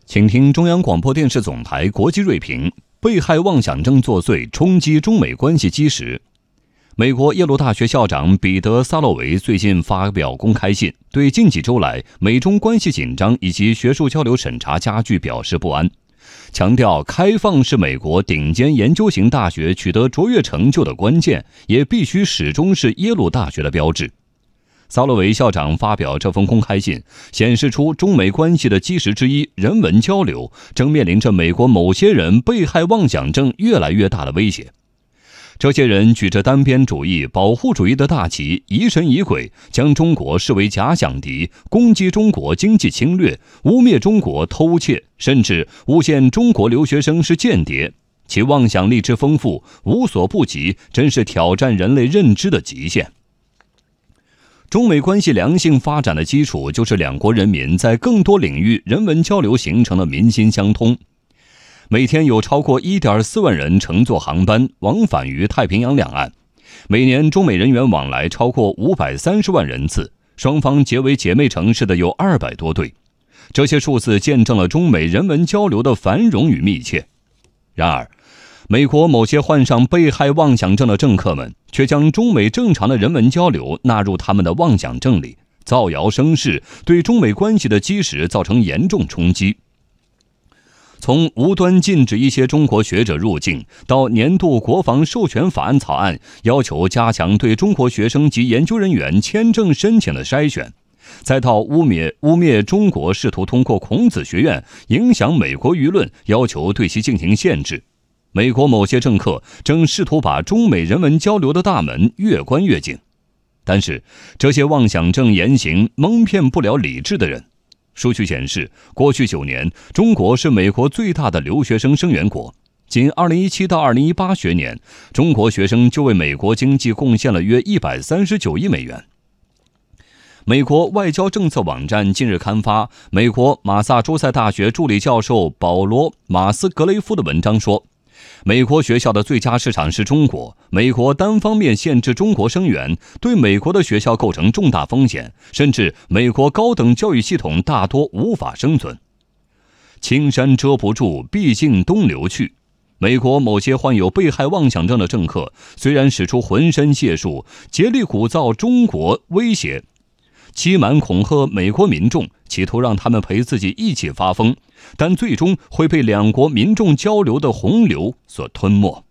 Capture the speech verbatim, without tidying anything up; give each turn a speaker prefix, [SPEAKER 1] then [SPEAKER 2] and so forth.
[SPEAKER 1] 请听中央广播电视总台国际锐评：被害妄想症作祟，冲击中美关系基石。美国耶鲁大学校长彼得·萨洛维最近发表公开信，对近几周来美中关系紧张以及学术交流审查加剧表示不安，强调开放是美国顶尖研究型大学取得卓越成就的关键，也必须始终是耶鲁大学的标志。萨洛维校长发表这封公开信，显示出中美关系的基石之一人文交流正面临着美国某些人被害妄想症越来越大的威胁。这些人举着单边主义、保护主义的大旗，疑神疑鬼，将中国视为假想敌，攻击中国经济侵略，污蔑中国偷窃，甚至诬陷中国留学生是间谍。其妄想力之丰富，无所不及，真是挑战人类认知的极限。中美关系良性发展的基础，就是两国人民在更多领域人文交流形成的民心相通。每天有超过 一点四万人乘坐航班往返于太平洋两岸，每年中美人员往来超过五百三十万人次，双方结为姐妹城市的有二百多对。这些数字见证了中美人文交流的繁荣与密切。然而，美国某些患上被害妄想症的政客们，却将中美正常的人文交流纳入他们的妄想症里，造谣生事，对中美关系的基石造成严重冲击。从无端禁止一些中国学者入境，到年度国防授权法案草案要求加强对中国学生及研究人员签证申请的筛选，再到污蔑污蔑中国试图通过孔子学院影响美国舆论，要求对其进行限制。美国某些政客正试图把中美人文交流的大门越关越紧，但是这些妄想症言行蒙骗不了理智的人。数据显示，过去九年，中国是美国最大的留学生生源国。仅二零一七到二零一八学年，中国学生就为美国经济贡献了约一百三十九亿美元。美国外交政策网站近日刊发美国马萨诸塞大学助理教授保罗·马斯格雷夫的文章说，美国学校的最佳市场是中国，美国单方面限制中国生源，对美国的学校构成重大风险，甚至美国高等教育系统大多无法生存。青山遮不住，毕竟东流去。美国某些患有被害妄想症的政客，虽然使出浑身解数，竭力鼓噪中国威胁，欺瞒恐吓美国民众，企图让他们陪自己一起发疯，但最终会被两国民众交流的洪流所吞没。